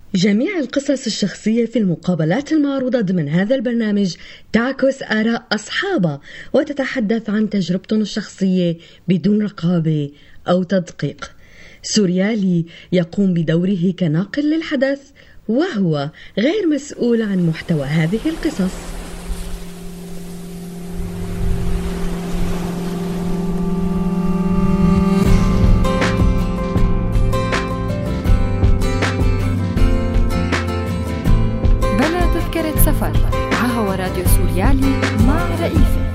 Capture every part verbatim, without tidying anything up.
جميع القصص الشخصية في المقابلات المعروضة ضمن هذا البرنامج تعكس آراء أصحابها وتتحدث عن تجربتهم الشخصية بدون رقابة أو تدقيق. سوريالي يقوم بدوره كناقل للحدث وهو غير مسؤول عن محتوى هذه القصص. هو راديو سوريالي مع رئيفة.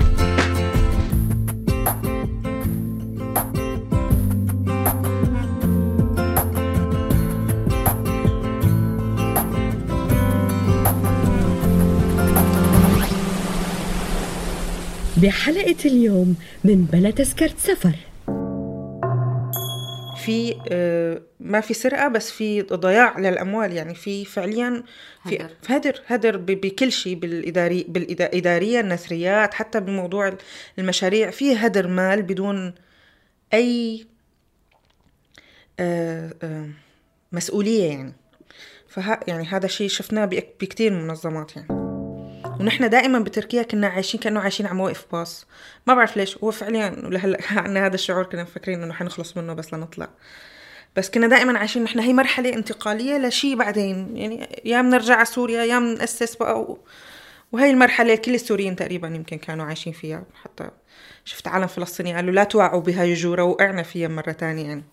بحلقة اليوم من بلا تذكرة سفر، في ما في سرقة بس في ضياع للأموال، يعني في فعليا في هدر هدر بكل شيء، بالإداري بالإدارية النثريات، حتى بموضوع المشاريع في هدر مال بدون أي مسؤولية يعني. فها يعني هذا الشيء شفناه بكتير منظمات يعني. ونحن دائما بتركيا كنا عايشين كأنه عايشين على موقف باص، ما بعرف ليش. هو فعليا لهلا عنا هذا الشعور، كنا مفكرين انه حنخلص منه بس لنطلع، بس كنا دائما عايشين نحن هي مرحلة انتقالية لشيء بعدين، يعني يا بنرجع على سوريا يا بنأسس بقى و... وهي المرحلة كل السوريين تقريبا يمكن كانوا عايشين فيها. حتى شفت عالم فلسطيني قالوا لا توعوا بها يجورا، وقعنا فيها مرة تانية يعني.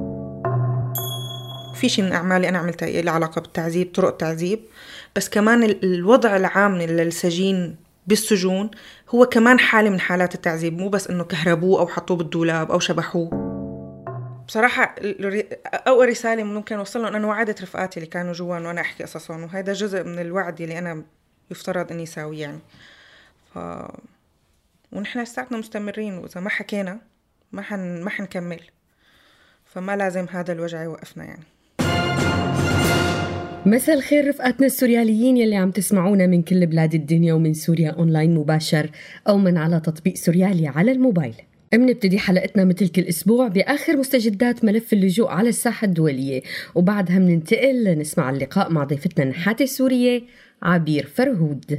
في شيء من أعمالي أنا عملتها إلى علاقة بالتعذيب، طرق تعذيب، بس كمان الوضع العام للسجين بالسجون هو كمان حالة من حالات التعذيب، مو بس إنه كهربوه أو حطوه بالدولاب أو شبحوه. بصراحة أول رسالة ممكن أوصلهم أنا وعدت رفقاتي اللي كانوا جوان وأنا أحكي قصصهم، وهذا جزء من الوعد اللي أنا يفترض أني ساوي يعني. ف... ونحن ساعتنا مستمرين، وإذا ما حكينا ما حن... ما حنكمل، فما لازم هذا الوجع يوقفنا يعني. مساء الخير رفقاتنا السورياليين يلي عم تسمعونا من كل بلاد الدنيا ومن سوريا أونلاين مباشر أو من على تطبيق سوريالي على الموبايل. بنبتدي حلقتنا مثل كل أسبوع بآخر مستجدات ملف اللجوء على الساحة الدولية، وبعدها بننتقل نسمع اللقاء مع ضيفتنا النحاتة السورية عبير فرهود.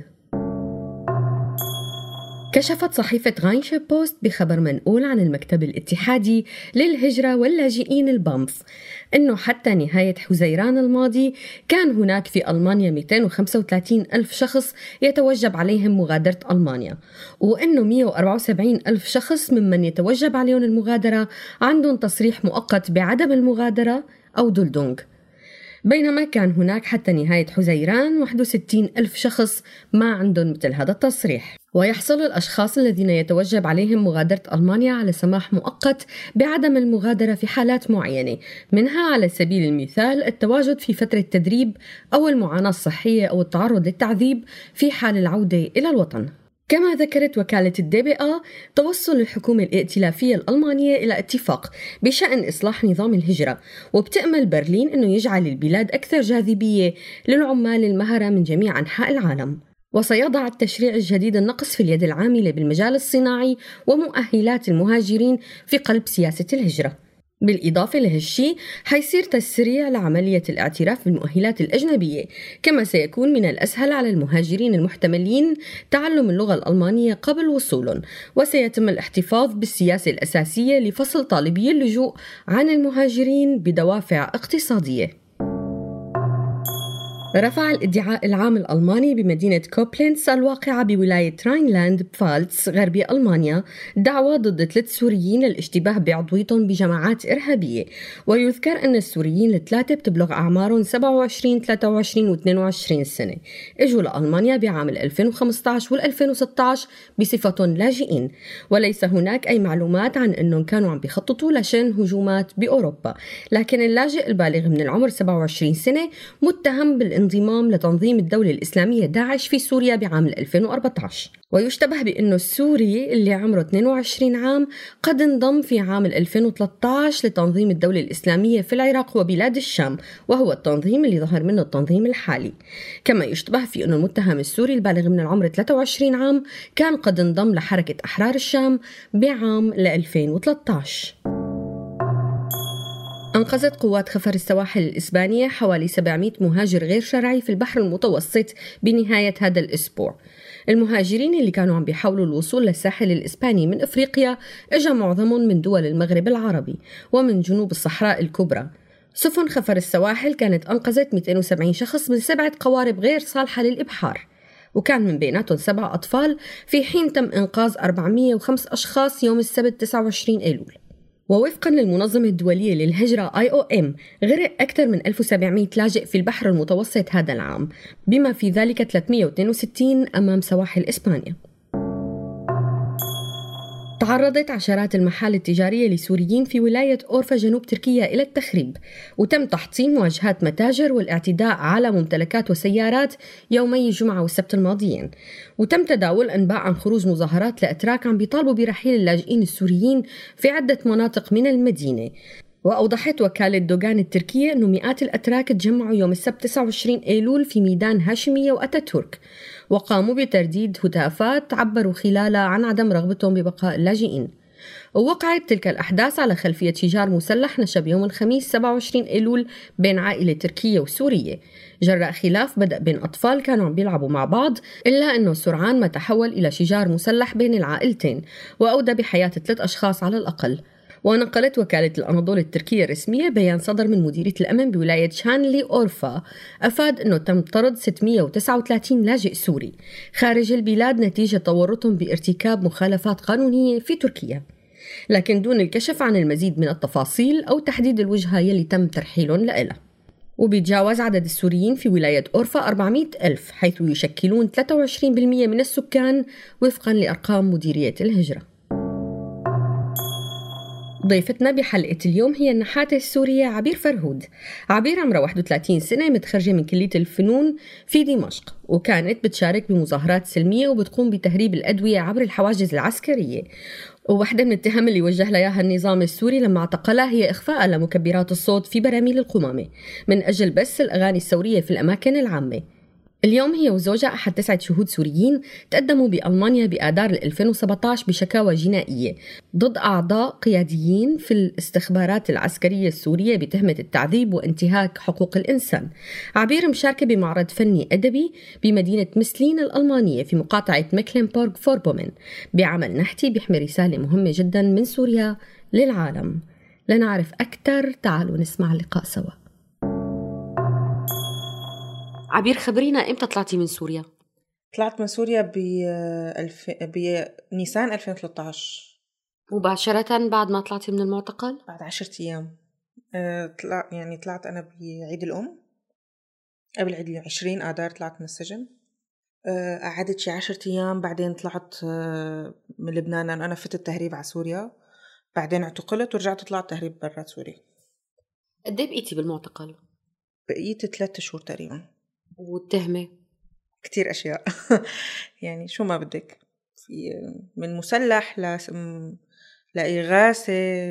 كشفت صحيفة غاينشة بوست بخبر منقول عن المكتب الاتحادي للهجرة واللاجئين البامف أنه حتى نهاية حزيران الماضي كان هناك في ألمانيا مئتين وخمسة وثلاثين ألف شخص يتوجب عليهم مغادرة ألمانيا، وأنه مئة وأربعة وسبعين ألف شخص ممن يتوجب عليهم المغادرة عندهم تصريح مؤقت بعدم المغادرة أو دولدونغ، بينما كان هناك حتى نهاية حزيران واحد وستين ألف شخص ما عندهم مثل هذا التصريح. ويحصل الأشخاص الذين يتوجب عليهم مغادرة ألمانيا على سماح مؤقت بعدم المغادرة في حالات معينة، منها على سبيل المثال التواجد في فترة تدريب أو المعاناة الصحية أو التعرض للتعذيب في حال العودة إلى الوطن. كما ذكرت وكالة الدي بي آ توصل الحكومة الائتلافية الألمانية إلى اتفاق بشأن إصلاح نظام الهجرة، وبتأمل برلين أنه يجعل البلاد أكثر جاذبية للعمال المهرة من جميع أنحاء العالم. وسيضع التشريع الجديد النقص في اليد العاملة بالمجال الصناعي ومؤهلات المهاجرين في قلب سياسة الهجرة. بالإضافة لهالشي حيصير تسريع لعملية الاعتراف بالمؤهلات الأجنبية، كما سيكون من الأسهل على المهاجرين المحتملين تعلم اللغة الألمانية قبل وصولهم، وسيتم الاحتفاظ بالسياسة الأساسية لفصل طالبي اللجوء عن المهاجرين بدوافع اقتصادية. رفع الادعاء العام الألماني بمدينة كوبلينتس الواقعة بولاية راينلاند بفالتس غربي ألمانيا دعوى ضد ثلاث سوريين للاشتباه بعضويتهم بجماعات إرهابية. ويذكر أن السوريين الثلاثة بتبلغ أعمارهم سبعة وعشرين ثلاثة وعشرين و اثنين وعشرين سنة، اجوا لألمانيا بعام ألفين وخمسة عشر وال2016 بصفتهم لاجئين، وليس هناك أي معلومات عن أنهم كانوا عم بيخططوا لشن هجومات بأوروبا. لكن اللاجئ البالغ من العمر سبعة وعشرين سنة متهم بالانضمام لتنظيم الدولة الإسلامية داعش في سوريا بعام ألفين وأربعة عشر. ويشتبه بأنه السوري اللي عمره اثنين وعشرين عام قد انضم في عام ألفين وثلاثة عشر لتنظيم الدولة الإسلامية في العراق وبلاد الشام، وهو التنظيم اللي ظهر منه التنظيم الحالي. كما يشتبه في أنه المتهم السوري البالغ من العمر ثلاثة وعشرين عام كان قد انضم لحركة أحرار الشام بعام ألفين وثلاثة عشر. أنقذت قوات خفر السواحل الإسبانية حوالي سبعمائة مهاجر غير شرعي في البحر المتوسط بنهاية هذا الأسبوع. المهاجرين اللي كانوا عم بيحاولوا الوصول للساحل الإسباني من أفريقيا اجى معظمهم من دول المغرب العربي ومن جنوب الصحراء الكبرى. سفن خفر السواحل كانت أنقذت مئتين وسبعين شخص من سبعة قوارب غير صالحة للإبحار، وكان من بيناتهم سبع أطفال، في حين تم إنقاذ أربعمائة وخمسة أشخاص يوم السبت تسعة وعشرين أيلول. ووفقاً للمنظمة الدولية للهجرة آي أو إم، غرق أكثر من ألف وسبعمائة لاجئ في البحر المتوسط هذا العام، بما في ذلك ثلاثمائة واثنين وستين أمام سواحل إسبانيا. تعرضت عشرات المحال التجارية لسوريين في ولاية أورفا جنوب تركيا إلى التخريب، وتم تحطيم واجهات متاجر والاعتداء على ممتلكات وسيارات يومي الجمعة والسبت الماضيين. وتم تداول أنباء عن خروج مظاهرات لأتراك عم بيطالبوا برحيل اللاجئين السوريين في عدة مناطق من المدينة. وأوضحت وكالة دوغان التركية أنه مئات الأتراك تجمعوا يوم السبت تسعة وعشرين أيلول في ميدان هاشمية وأتاتورك، وقاموا بترديد هتافات عبروا خلالها عن عدم رغبتهم ببقاء اللاجئين. ووقعت تلك الأحداث على خلفية شجار مسلح نشب يوم الخميس سبعة وعشرين أيلول بين عائلة تركية وسورية، جراء خلاف بدأ بين أطفال كانوا عم بيلعبوا مع بعض، إلا أنه سرعان ما تحول إلى شجار مسلح بين العائلتين وأودى بحياة ثلاث أشخاص على الأقل. ونقلت وكالة الأناضول التركية الرسمية بيان صدر من مديرية الأمن بولاية شانلي أورفا أفاد أنه تم طرد ستمائة وتسعة وثلاثين لاجئ سوري خارج البلاد نتيجة تورطهم بارتكاب مخالفات قانونية في تركيا، لكن دون الكشف عن المزيد من التفاصيل أو تحديد الوجهة يلي تم ترحيلهم لإلها. وبيتجاوز عدد السوريين في ولاية أورفا أربعمائة ألف، حيث يشكلون ثلاثة وعشرين بالمئة من السكان وفقا لأرقام مديرية الهجرة. ضيفتنا بحلقة اليوم هي النحاتة السورية عبير فرهود. عبير عمرها واحد وثلاثين سنة، متخرجة من كلية الفنون في دمشق، وكانت بتشارك بمظاهرات سلمية وبتقوم بتهريب الأدوية عبر الحواجز العسكرية. وواحدة من التهم اللي وجه لها النظام السوري لما اعتقلها هي إخفاء لمكبرات الصوت في براميل القمامة من أجل بث الأغاني الثورية في الأماكن العامة. اليوم هي وزوجها أحد تسعة شهود سوريين تقدموا بألمانيا بآذار ألفين وسبعة عشر بشكاوى جنائية ضد أعضاء قياديين في الاستخبارات العسكرية السورية بتهمة التعذيب وانتهاك حقوق الإنسان. عبير مشاركة بمعرض فني أدبي بمدينة مسلين الألمانية في مقاطعة ميكلنبورغ فوربومن بعمل نحتي بيحمل رسالة مهمة جدا من سوريا للعالم. لنعرف أكثر تعالوا نسمع اللقاء سوا. عبير، خبرينا إمتى طلعتي من سوريا؟ طلعت من سوريا بألف... بنيسان ألفين وثلاثة عشر مباشرة بعد ما طلعتي من المعتقل؟ بعد عشرة أيام. أه طلع يعني طلعت أنا بعيد الأم قبل عيد العشرين آذار، طلعت من السجن. أه قعدت شي عشرة أيام، بعدين طلعت أه من لبنان لأن أنا فتت تهريب على سوريا، بعدين اعتقلت ورجعت طلعت تهريب برا سوريا. قد ايه بقيتي بالمعتقل؟ بقيت ثلاثة شهور تقريبا. والتهمة؟ كتير أشياء يعني شو ما بدك، في من مسلح ل لإغاثة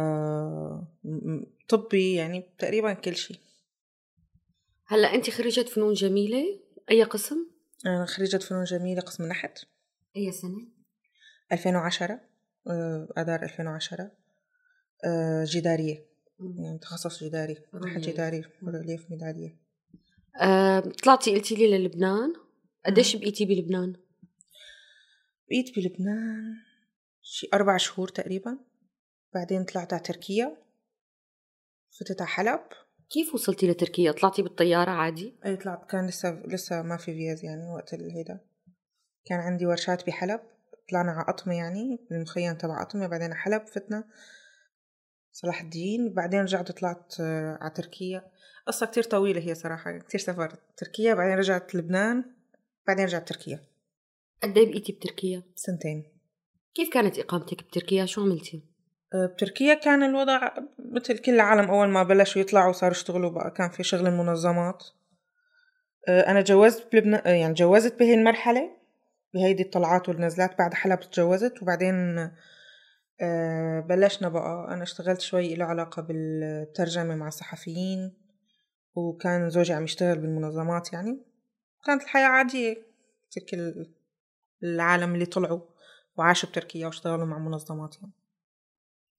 لطبي، يعني تقريبا كل شيء. هلأ أنت خريجة فنون جميلة، أي قسم؟ أنا خريجة فنون جميلة قسم النحت. أي سنة؟ ألفين وعشرة، آذار ألفين وعشرة. جدارية، يعني تخصص جداري، نحت جداري وريليف ميدالية. أه، طلعتي قلتي لي للبنان، قديش بقيتي بلبنان؟ بقيت بلبنان شي أربع شهور تقريبا، بعدين طلعت على تركيا، فتت على حلب. كيف وصلتي لتركيا؟ طلعتي بالطيارة عادي؟ أي طلعت، كان لسه لسه ما في فيز يعني وقت الهيدا، كان عندي ورشات بحلب، طلعنا على أطمة يعني المخيم تبع أطمة، بعدين على حلب فتنا صلاح الدين، بعدين رجعت طلعت على تركيا. قصة كتير طويلة هي صراحة، كتير سفرت. تركيا بعدين رجعت لبنان بعدين رجعت تركيا. قد ايه بقيتي بتركيا؟ سنتين. كيف كانت إقامتك بتركيا؟ شو عملتي؟ بتركيا كان الوضع مثل كل العالم، أول ما بلشوا يطلعوا وصاروا يشتغلوا بقى كان في شغل المنظمات. أنا جوزت بلبنان، يعني جوزت بهي المرحلة بهيدي الطلعات والنزلات، بعد حلب تجوزت، وبعدين بلشنا بقى أنا اشتغلت شوي له علاقة بالترجمة مع صحفيين، وكان زوجي عم يشتغل بالمنظمات، يعني كانت الحياة عادية كل العالم اللي طلعوا وعاشوا بتركيا واشتغلوا مع منظمات يعني.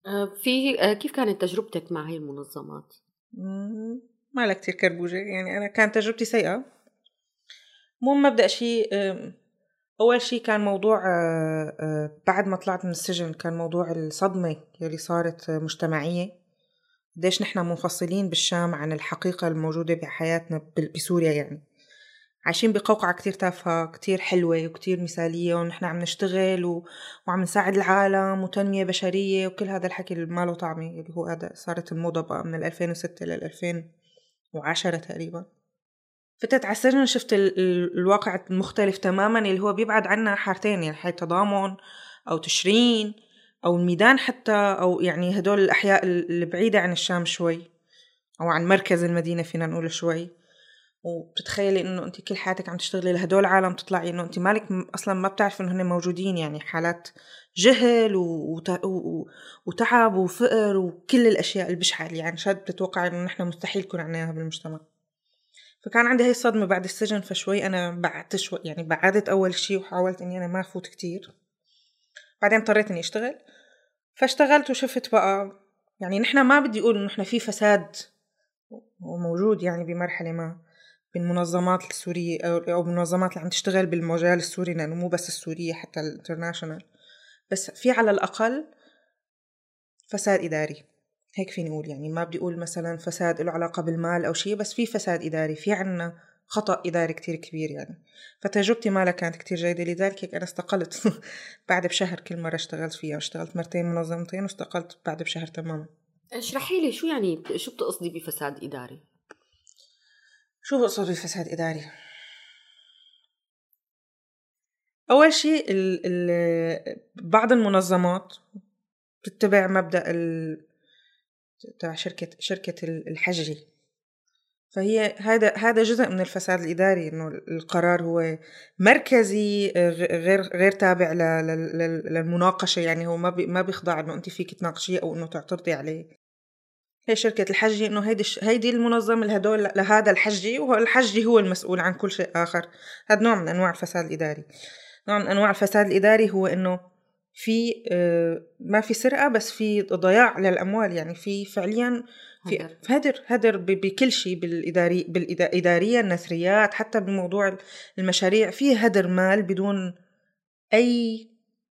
في كيف كانت تجربتك مع هاي المنظمات؟ ما لها كتير كربوجة، يعني أنا كانت تجربتي سيئة. مو مبدأ شيء، أول شيء كان موضوع بعد ما طلعت من السجن كان موضوع الصدمة اللي صارت مجتمعية، قديش نحن منفصلين بالشام عن الحقيقة الموجودة بحياتنا بسوريا. يعني عايشين بقوقعة كتير تافهة كتير حلوة وكتير مثالية، ونحن عم نشتغل و... وعم نساعد العالم وتنمية بشرية وكل هذا الحكي اللي ما له طعمة، اللي هو هذا صارت الموضة بقى من ألفين وستة لل ألفين وعشرة تقريبا. فتت على السجن شفت ال... ال... الواقع المختلف تماما، اللي هو بيبعد عنا حارتين، يعني حي تضامن أو تشرين أو الميدان حتى، أو يعني هدول الأحياء البعيدة عن الشام شوي أو عن مركز المدينة فينا نقول شوي. وبتتخيلي انه انت كل حياتك عم تشتغلي لهدول عالم، تطلعي انه انت مالك اصلا ما بتعرف انه هن موجودين، يعني حالات جهل وتعب وفقر وكل الاشياء البشعه اللي يعني شاد بتتوقع انه نحن مستحيل يكون عندنا بالمجتمع. فكان عندي هاي الصدمه بعد السجن، فشوي انا بعدت شوي، يعني بعدت اول شيء وحاولت اني انا ما افوت كتير. بعدين اضطريت اني اشتغل، فاشتغلت وشفت بقى يعني نحن ما بدي اقول انه نحن في فساد وموجود يعني بمرحله ما بالمنظمات السورية أو المنظمات اللي عم تشتغل بالمجال السوري، لأنه مو بس السورية حتى الانترناشنال، بس في على الأقل فساد إداري، هيك فيني أقول. يعني ما بدي أقول مثلا فساد له علاقة بالمال أو شيء، بس في فساد إداري، في عنا خطأ إداري كتير كبير يعني. فتجربتي مالها كانت كتير جيدة، لذلك أنا استقلت بعد بشهر. كل مرة اشتغلت فيها اشتغلت مرتين منظمتين واستقلت بعد بشهر تماما. اشرحي لي شو يعني، شو بتقصدي بفساد إداري؟ شو بقصد بفساد إداري؟ أول شيء ال ال بعض المنظمات تتبع مبدأ ال تبع شركة شركة الحجي، فهي هذا هذا جزء من الفساد الإداري، إنه القرار هو مركزي غير غير تابع للمناقشة، يعني هو ما بي ما بيخضع إنه أنت فيك تناقشيه أو إنه تعترضي عليه. هي شركة الحجي إنه هيدي هيدي المنظمة لهدول لهذا الحجي، وهو الحجي هو المسؤول عن كل شيء آخر. هذا نوع من أنواع الفساد الإداري. نوع من أنواع الفساد الإداري هو إنه في ما في سرقة، بس في ضياع للأموال، يعني في فعليا في هدر هدر بكل شيء بالإداري بالإدارية النثريات، حتى بموضوع المشاريع في هدر مال بدون أي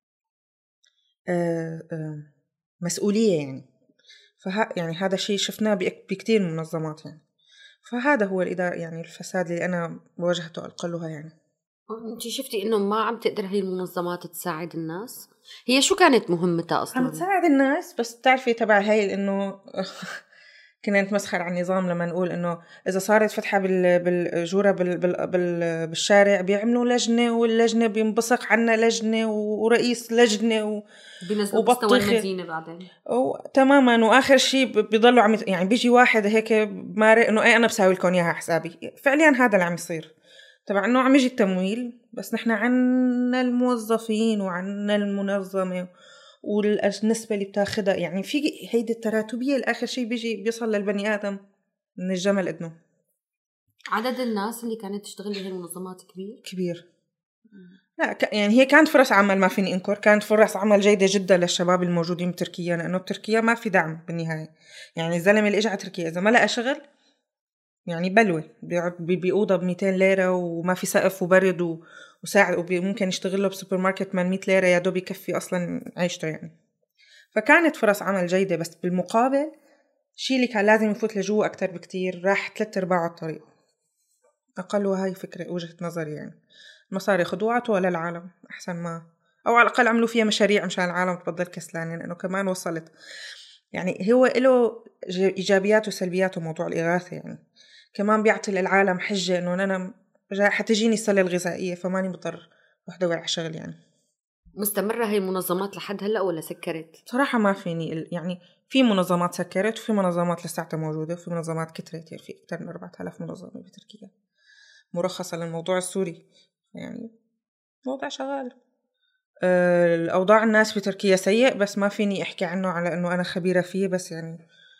مسؤولية يعني. فها يعني هذا شيء شفناه بكتير منظمات يعني. فهذا هو الإدارة يعني الفساد اللي أنا واجهته أقلها يعني. انت شفتي انه ما عم تقدر هي المنظمات تساعد الناس؟ هي شو كانت مهمتها اصلا؟ عم تساعد الناس، بس بتعرفي تبع هاي انه كنا نتمسخر عن النظام لما نقول انه اذا صارت فتحه بالجوره بال بال بال بالشارع بيعملوا لجنه، واللجنه بينبثق عنا لجنه ورئيس لجنه و... بينزلوا مستوى المدينه بعدين أو تماما. واخر شيء بيضلوا عم يعني بيجي واحد هيك مارق انه اي انا بساوي لكم اياها حسابي. فعليا هذا اللي عم يصير، تبع انه عم يجي التمويل، بس نحن عنا الموظفين وعنا المنظمه والنسبه اللي بتاخدها، يعني في هيدي التراتبيه الاخر شيء بيجي بيصل للبني ادم من الجمل ادنه. عدد الناس اللي كانت تشتغل بهي المنظمات كبير كبير. لا يعني هي كانت فرص عمل، ما فيني انكر، كانت فرص عمل جيده جدا للشباب الموجودين بتركيا، لانه بتركيا ما في دعم بالنهايه. يعني الزلمه اللي اجى على تركيا اذا ما لقى شغل يعني بلوه، بيقعد بأوضة بميتين ليرة وما في سقف وبرد و... وساعد، وممكن يشتغل له بسوبر ماركت من مية ليرة يا دوب يكفي أصلا عيشته يعني. فكانت فرص عمل جيدة، بس بالمقابل شيء اللي كان لازم يفوت لجوه أكتر بكتير راح ثلاث أرباع الطريق أقل. وهاي فكرة وجهة نظري يعني. المصاري خدوعته للعالم أحسن ما، أو على الأقل عملوا فيها مشاريع مشان العالم تبضل كسلانين، لأنه كمان وصلت يعني هو له إيجابيات وسلبيات موضوع الإغاثة. يعني كمان بيعطي للعالم حجة إنه أنا حتجيني السلة الغذائية فماني بضطر روح دور على شغل يعني. مستمرة هاي المنظمات لحد هلأ ولا سكرت؟ صراحة ما فيني يعني، في منظمات سكرت وفي منظمات لساتها موجودة وفي منظمات كترت، يعني في أكثر من أربعة آلاف منظمة بتركيا مرخصة للموضوع السوري، يعني موضوع شغال. أه الأوضاع الناس بتركيا سيء، بس ما فيني أحكي عنه على أنه أنا خبيرة فيه، بس يعني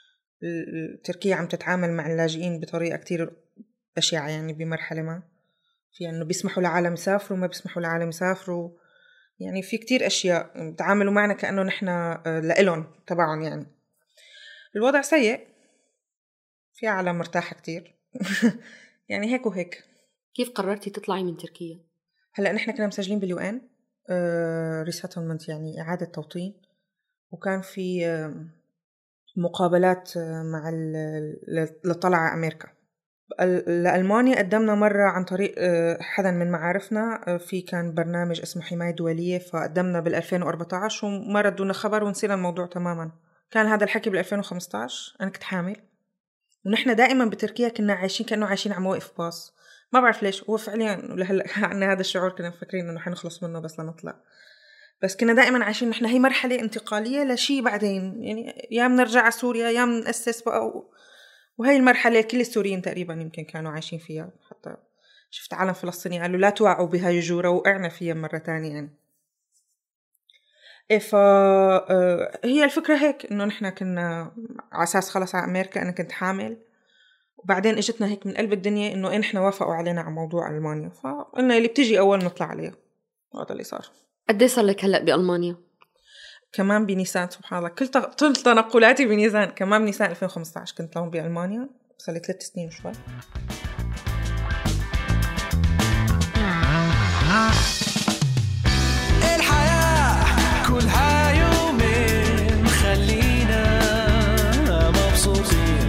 تركيا عم تتعامل مع اللاجئين بطريقة كتير بشعة يعني بمرحلة ما، في أنه بيسمحوا لعالم يسافروا وما بيسمحوا لعالم يسافروا. يعني في كتير أشياء بتعاملوا معنا كأنه نحن لإلهم تبعهم. يعني الوضع سيء، في عالم مرتاحة كتير يعني هيك وهيك. كيف قررتي تطلعي من تركيا؟ هلأ نحن كنا مسجلين باليو ان ريسيتلمنت، يعني إعادة توطين، وكان في آه مقابلات آه مع لطلع على أمريكا. لألمانيا قدمنا مرة عن طريق آه حدا من معارفنا، آه في كان برنامج اسمه حماية دولية، فقدمنا بالألفين وأربعة عشر وما ردونا خبر ونسينا الموضوع تماما. كان هذا الحكي بالألفين وخمسة عشر، أنا كنت حامل، ونحن دائما بتركيا كنا عايشين كأنه عايشين على موقف باص. ما بعرف ليش، هو فعليا لهلا عنا هذا الشعور، كنا مفكرين انه حنخلص منه بس لنطلع، بس كنا دائما عايشين نحن هي مرحله انتقاليه لشيء بعدين، يعني يا بنرجع على سوريا يا بنأسس بقى و... وهي المرحله كل السوريين تقريبا يمكن كانوا عايشين فيها. حتى شفت عالم فلسطيني قالوا لا توعوا بها يجوره، وقعنا فيها مره تانية يعني. إيه ف هي الفكره هيك، انه نحن كنا على اساس خلص على امريكا، انا كنت حامل، وبعدين اجتنا هيك من قلب الدنيا انه إن احنا وافقوا علينا على موضوع المانيا، فقلنا اللي بتيجي اول نطلع عليها، هذا اللي صار. قد ايه صار لك هلا بالمانيا؟ كمان بنيسان، سبحان الله، كل كل تنقلاتي بنيسان. كمان بنيسان ألفين وخمسة عشر كنت لهم بالمانيا، صار لي ثلاث سنين وشوي. الحياة كلها يومين خلينا مبسوطين،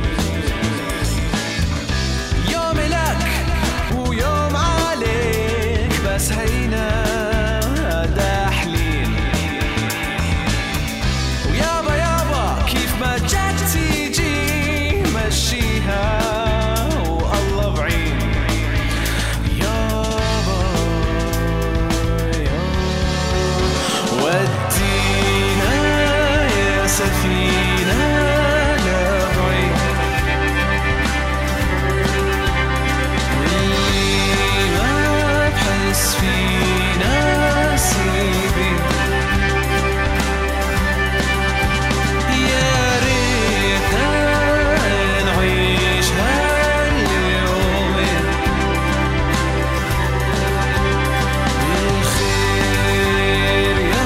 يوم لك ويوم عليك، بس هينا داحلين، ويابا يابا كيف ما جات تيجي مشيها والله بعين. يابا يابا ودينا يا سفينة لبعيد، واللي ما بحس فينا سيبي، يا ريتنا نعيش هاليومين بالخير يا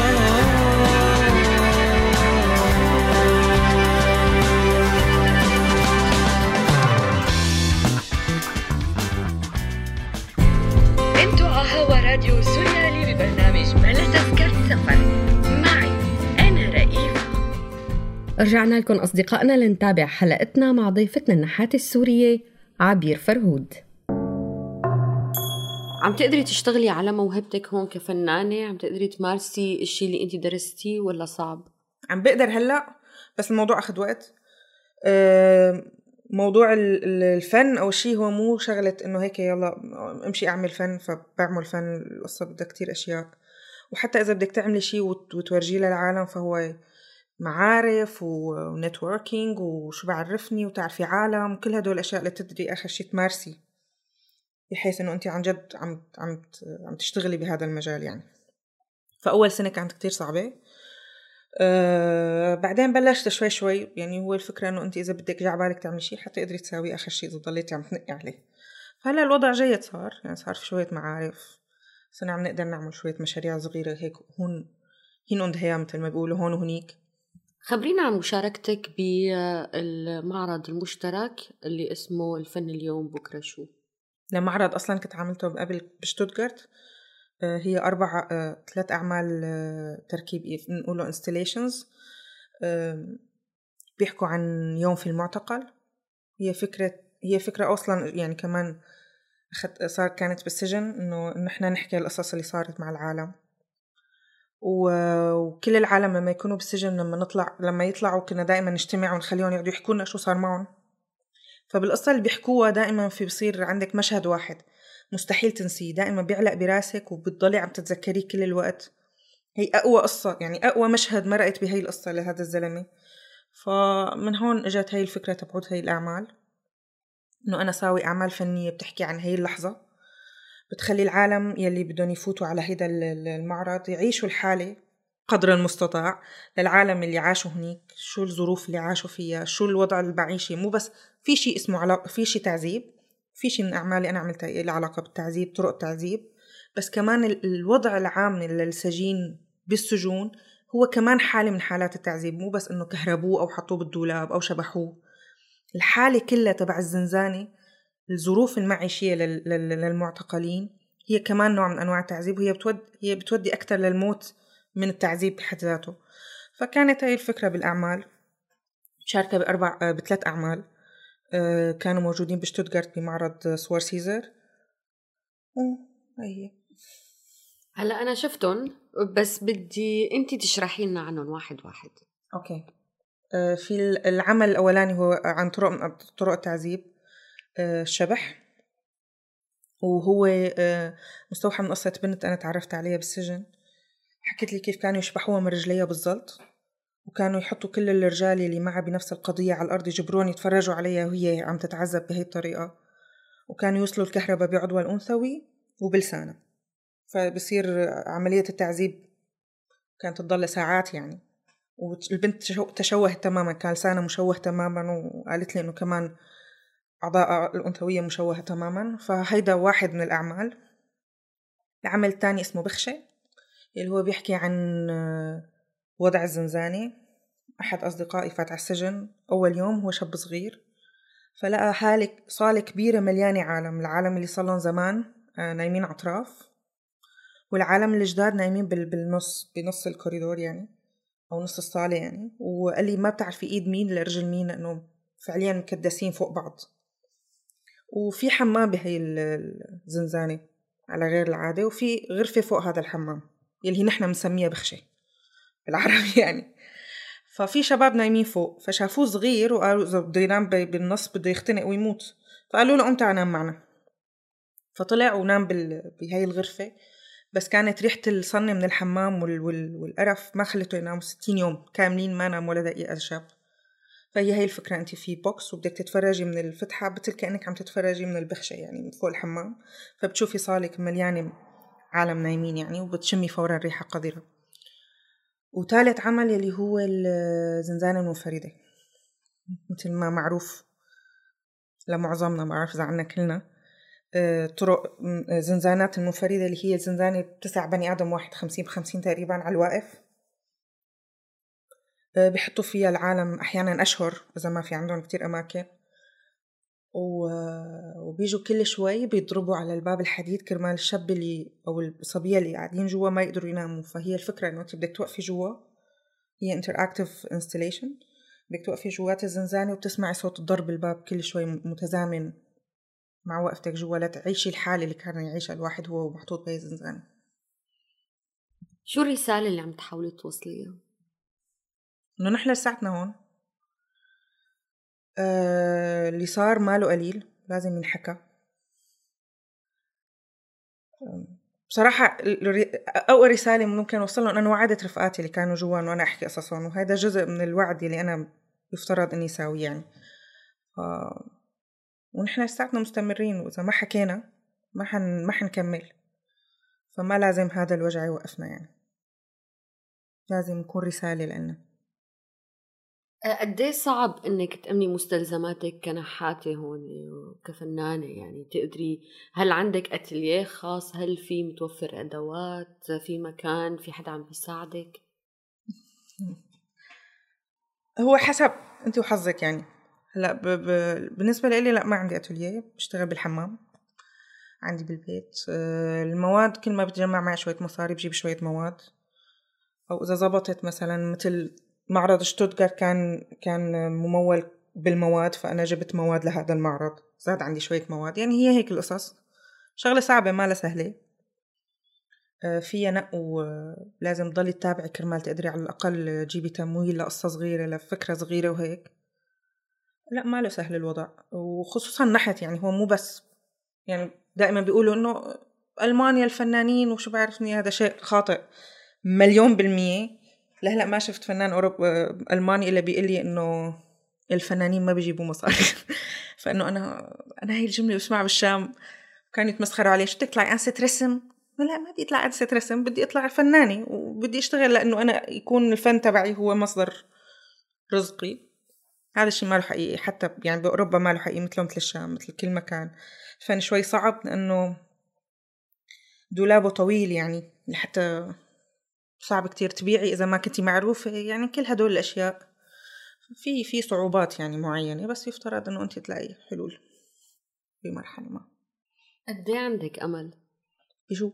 انتوا على هوا راديو سوريالي ببرنامج بلا تذكرة سفر معي أنا رئيفة. رجعنا لكم أصدقائنا لنتابع حلقتنا مع ضيفتنا النحاتة السورية عبير فرهود. عم تقدري تشتغلي على موهبتك هون كفنانة؟ عم تقدري تمارسي الشيء اللي انت درستيه ولا صعب؟ عم بقدر هلأ، بس الموضوع أخذ وقت. موضوع الفن أو الشيء هو مو شغلة إنه هيك يلا امشي أعمل فن فبعمل فن. القصة بدها كتير أشياء، وحتى إذا بدك تعملي شيء وتورجيه للعالم فهو معارف ونتوركينج وشو بعرفني وتعرفي عالم وكل هدول الأشياء اللي تدري آخر شيء تمارسي، بحيث إنه أنت عن جد عم عم عم تشتغلي بهذا المجال يعني. فأول سنة كانت كتير صعبة. أه بعدين بلشت شوي شوي، يعني هو الفكرة إنه أنت إذا بدك جعبالك تعملي شيء حتى قدري تساوي آخر شيء إذا ضليتي عم تنقي عليه. فهلا الوضع جيد صار، يعني صار في شوية معارف، صرنا عم نقدر نعمل شوية مشاريع صغيرة هيك هون هين عند هيا مثل ما بيقولوا هون وهنيك. خبرينا عن مشاركتك بالمعرض المشترك اللي اسمه الفن اليوم بكرة شو. لمعرض أصلاً كنت عملته قبل بشتوتغارت، هي أربع ثلاث أعمال تركيب نقوله installations، بيحكوا عن يوم في المعتقل. هي فكرة هي فكرة أصلاً يعني كمان أخذت صار كانت بالسجن، إنه نحن نحكي القصص اللي صارت مع العالم، وكل العالم لما يكونوا بالسجن لما نطلع لما يطلعوا كنا دائما نجتمع ونخليهم يقعدوا يحكوا لنا شو صار معهم. فبالقصة اللي بيحكوها دائما في بصير عندك مشهد واحد مستحيل تنسيه، دائما بيعلق براسك وبتضلي عم تتذكريه كل الوقت. هي أقوى قصة، يعني أقوى مشهد مرقت بهاي القصة لهذا الزلمة. فمن هون اجت هاي الفكرة تبعت هاي الأعمال، إنه أنا ساوي أعمال فنية بتحكي عن هاي اللحظة، بتخلي العالم يلي بدهم يفوتوا على هيدا المعرض يعيشوا الحالة قدر المستطاع للعالم اللي عاشوا هنيك، شو الظروف اللي عاشوا فيها، شو الوضع المعيشي. مو بس في شيء اسمه علاقة، في شيء تعذيب، في شيء من أعمالي أنا عملتها اللي علاقة بالتعذيب، طرق التعذيب، بس كمان الوضع العام للسجين بالسجون هو كمان حالة من حالات التعذيب، مو بس إنه كهربوه أو حطوه بالدولاب أو شبحوه. الحالة كلها تبع الزنزانة، الظروف المعيشية للمعتقلين هي كمان نوع من أنواع التعذيب، وهي بتودي هي بتودي أكتر للموت من التعذيب بحد ذاته. فكانت هاي الفكرة بالأعمال. شاركة بأربع بثلاث أعمال كانوا موجودين بشتوتغارت بمعرض صور سيزر. هي هلا أنا شفتهم، بس بدي أنتي تشرحي لنا عنهم واحد واحد. أوكي. في العمل الأولاني هو عن طرق من طرق التعذيب، الشبح، وهو مستوحى من قصة بنت أنا تعرفت عليها بالسجن. حكيت لي كيف كانوا يشبحوها من رجليها بالضبط، وكانوا يحطوا كل الرجال اللي معها بنفس القضية على الأرض يجبرون يتفرجوا عليها وهي عم تتعذب بهي الطريقة، وكانوا يوصلوا الكهرباء بعضوها الأنثوي وبلسانه، فبصير عملية التعذيب كانت تضل ساعات يعني. والبنت تشوهت تماما، كان لسانها مشوه تماما، وقالت لي إنه كمان أعضاء الأنثوية مشوهة تماما. فهيدا واحد من الأعمال. العمل الثاني اسمه بخشة، اللي هو بيحكي عن وضع الزنزانة. أحد أصدقائي فات على السجن أول يوم، هو شاب صغير، فلقى حالة صالة كبيرة مليانة عالم. العالم اللي صلون زمان نايمين أطراف، والعالم الجداد نايمين بالنص بنص الكوريدور يعني، أو نص الصالة يعني. وقال لي ما بتعرفي إيد مين لرجل مين، لأنه فعليا مكدسين فوق بعض. وفي حمام بهي الزنزانة على غير العادة، وفي غرفة فوق هذا الحمام يلي نحن مسميها بخشة بالعربي يعني. ففي شباب نايمين فوق، فشافوه صغير وقالوا إذا بده ينام بالنص بده يختنق ويموت، فقالوا له قم تعال نام معنا. فطلع ونام بهاي الغرفة، بس كانت ريحة الصنة من الحمام والقرف ما خلته ينام ستين يوم كاملين، ما نام ولا دقيقة شاب. فهي هاي الفكرة، أنت في بوكس وبدك تتفرجي من الفتحة مثل كأنك عم تتفرجي من البخشة يعني من فوق الحمام، فبتشوفي صالك مليانة عالم نايمين يعني، وبتشمي فورا ريحة قذرة. وثالث عمل يلي هو الزنزانة المنفردة، مثل ما معروف لمعظمنا، ما أعرف إذا عنا كلنا، طرق زنزانات المنفردة اللي هي زنزانة بتسع بني آدم واحد، خمسين بخمسين تقريبا على الواقف. بيحطوا فيها العالم أحيانا أشهر إذا ما في عندهم كتير أماكن، وبيجوا كل شوي بيضربوا على الباب الحديد كرمال الشاب اللي أو الصبية اللي قاعدين جوا ما يقدروا يناموا. فهي الفكرة إنه أنت بدك توقفي جوا، هي interactive installation، بدك توقفي جوات الزنزانة وبتسمعي صوت ضرب الباب كل شوي متزامن مع وقفتك جوا، لتعيشي الحالة اللي كان يعيشها الواحد هو محطوط بهي الزنزانة. شو الرسالة اللي عم تحاولي توصليها؟ إنه نحن لساتنا هون، آه اللي صار ماله قليل، لازم ينحكى. بصراحة أول رسالة ممكن أوصلهم أنا وعدت رفقاتي اللي كانوا جوان وأنا أحكي قصصهم، وهذا جزء من الوعد اللي أنا يفترض أني ساوي يعني. ف... ونحن لساتنا مستمرين، وإذا ما حكينا ما حن ما حنكمل، فما لازم هذا الوجع يوقفنا يعني، لازم يكون رسالة لنا. قديه صعب انك تأمني مستلزماتك كنحاتة هون كفنانة يعني؟ تقدري، هل عندك اتليه خاص؟ هل في متوفر ادوات؟ في مكان؟ في حدا عم بيساعدك؟ هو حسب انت وحظك يعني. هلا ب... ب... بالنسبة لي لا، ما عندي اتليه، بشتغل بالحمام عندي بالبيت. المواد كل ما بتجمع معي شوية مصاري بجيب شوية مواد، او اذا زبطت مثلا مثل معرض شتوتغارت كان كان ممول بالمواد، فأنا جبت مواد لهذا المعرض، زاد عندي شوية مواد يعني. هي هيك القصص، شغلة صعبة ما لها سهلة فيها نق، ولازم تضلي تتابعي كرمال تقدري على الأقل جيبي تمويل لقصة صغيرة لفكرة صغيرة وهيك. لا ما له سهل الوضع، وخصوصا نحت يعني. هو مو بس يعني، دائما بيقولوا إنه ألمانيا الفنانين وشو بعرفني، هذا شيء خاطئ مليون بالمية. لهلا ما شفت فنان أوروبا ألماني إلا بيقول لي إنه الفنانين ما بيجيبوا مصاري. فإنه أنا أنا هاي الجملة بسمعها بالشام كانوا يتمسخروا عليه، شو تطلعي أنسة رسم؟ لا ما بدي أطلع أنسة رسم، بدي أطلع فنانة وبدي أشتغل، لأنه أنا يكون الفن تبعي هو مصدر رزقي. هذا الشيء ما له حقيقي، حتى يعني بأوروبا ما له حقيقي مثله مثل الشام مثل كل مكان. الفن شوي صعب لأنه دولابه طويل يعني لحتى صعب كتير تبيعي إذا ما كنتي معروفة. يعني كل هدول الأشياء في في صعوبات يعني معينة، بس يفترض إنه أنت تلاقي حلول بمرحلة ما. قد إيه عندك أمل بشو؟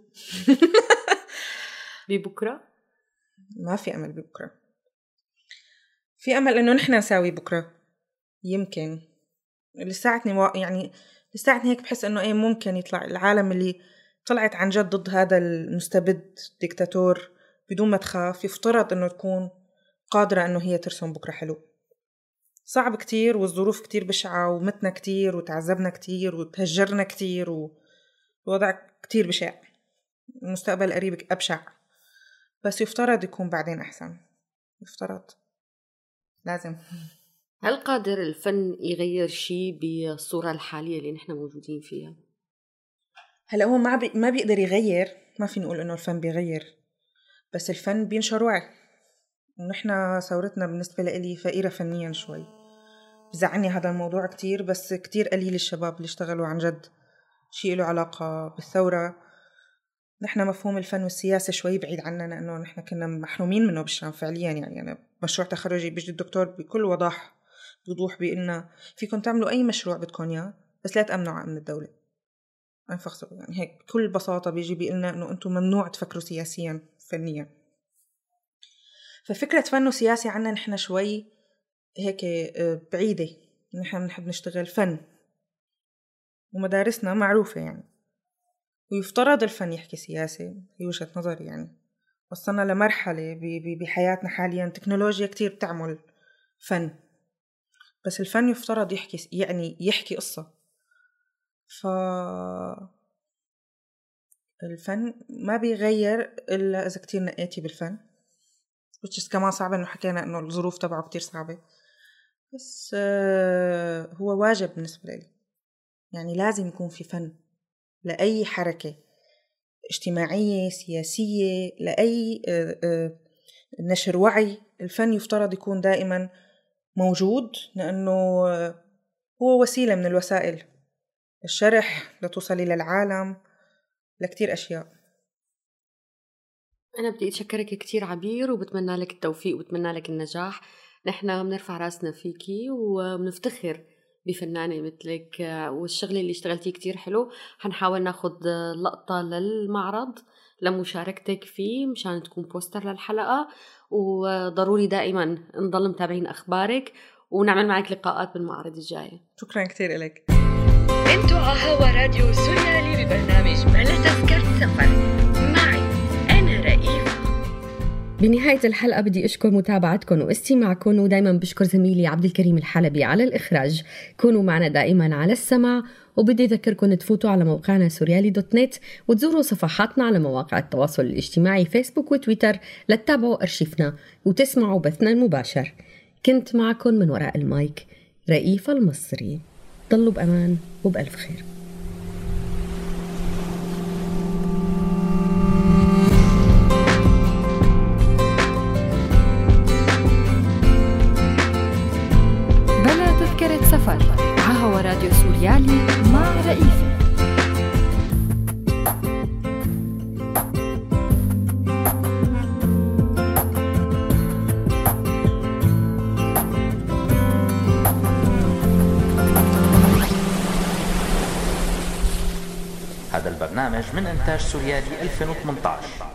ببكرة؟ ما في أمل ببكرة. في أمل إنه نحن نساوي بكرة. يمكن لساعتني و... يعني لساعتني هيك بحس إنه إيه ممكن يطلع العالم اللي طلعت عن جد ضد هذا المستبد ديكتاتور بدون ما تخاف، يفترض إنه تكون قادرة إنه هي ترسم بكرة حلو. صعب كتير والظروف كتير بشعة ومتنا كتير وتعذبنا كتير وتهجرنا كتير ووضع كتير بشع. المستقبل القريب أبشع، بس يفترض يكون بعدين أحسن. يفترض لازم. هل قادر الفن يغير شيء بالصورة الحالية اللي نحن موجودين فيها؟ هلا هو ما بي ما بيقدر يغير، ما في نقول إنه الفن بيغير، بس الفن بينشر وعي. ونحن ثورتنا بالنسبة لي فقيرة فنيا شوي. بزعني هذا الموضوع كتير، بس كتير قليل الشباب اللي اشتغلوا عن جد شيء له علاقة بالثورة. نحن مفهوم الفن والسياسة شوي بعيد عننا، لأنه نحن كنا محرومين منه بالشام فعليا. يعني أنا مشروع تخرجي بيجي الدكتور بكل وضاح بوضوح بيقولنا فيكم تعملوا أي مشروع بدكم إياه بس لا تأمنوا من الدولة. أنفخصوا يعني هيك بكل بساطة بيجي بيقولنا إنه أنتم ممنوع تفكروا سياسيا فنيا. ففكرة فن وسياسي عنا نحن شوي هيك بعيدة. نحن نحب نشتغل فن ومدارسنا معروفة يعني، ويفترض الفن يحكي سياسة. هي وجهة نظري يعني. وصلنا لمرحلة بحياتنا حاليا تكنولوجيا كتير بتعمل فن، بس الفن يفترض يحكي يعني يحكي قصة. ف الفن ما بيغير إلا إذا كتير نقيتي بالفن، which كمان صعب إنه حكينا إنه الظروف تبعه كتير صعبة، بس هو واجب بالنسبة لي. يعني لازم يكون في فن لأي حركة اجتماعية سياسية، لأي نشر وعي. الفن يفترض يكون دائما موجود، لأنه هو وسيلة من الوسائل الشرح لتوصلي للعالم لكتير أشياء. أنا بدي أتشكرك كتير عبير، وبتمنى لك التوفيق وبتمنى لك النجاح. نحن بنرفع راسنا فيكي وبنفتخر بفنانة مثلك، والشغل اللي اشتغلتيه كتير حلو. حنحاول ناخد لقطة للمعرض لمشاركتك فيه مشان تكون بوستر للحلقة، وضروري دائما نضل متابعين أخبارك ونعمل معك لقاءات بالمعرض الجاي. شكرا كتير إليك. انتوا عهوا راديو سوريالي ببرنامج بلا تذكرة سفر معي أنا رئيفة. بنهاية الحلقة بدي أشكر متابعتكم واستماعكم، ودايما بشكر زميلي عبد الكريم الحلبي على الإخراج. كونوا معنا دائما على السمع، وبدي أذكركم تفوتوا على موقعنا سوريالي دوت نت وتزوروا صفحاتنا على مواقع التواصل الاجتماعي فيسبوك وتويتر لتتابعوا أرشيفنا وتسمعوا بثنا المباشر. كنت معكم من وراء المايك رئيفة المصري. ضلوا بأمان وبألف خير. بلا تذكرة سفر عهوا راديو سوريالي مع رئيفة. هذا البرنامج من إنتاج سوريالي ألفين وثمانية عشر.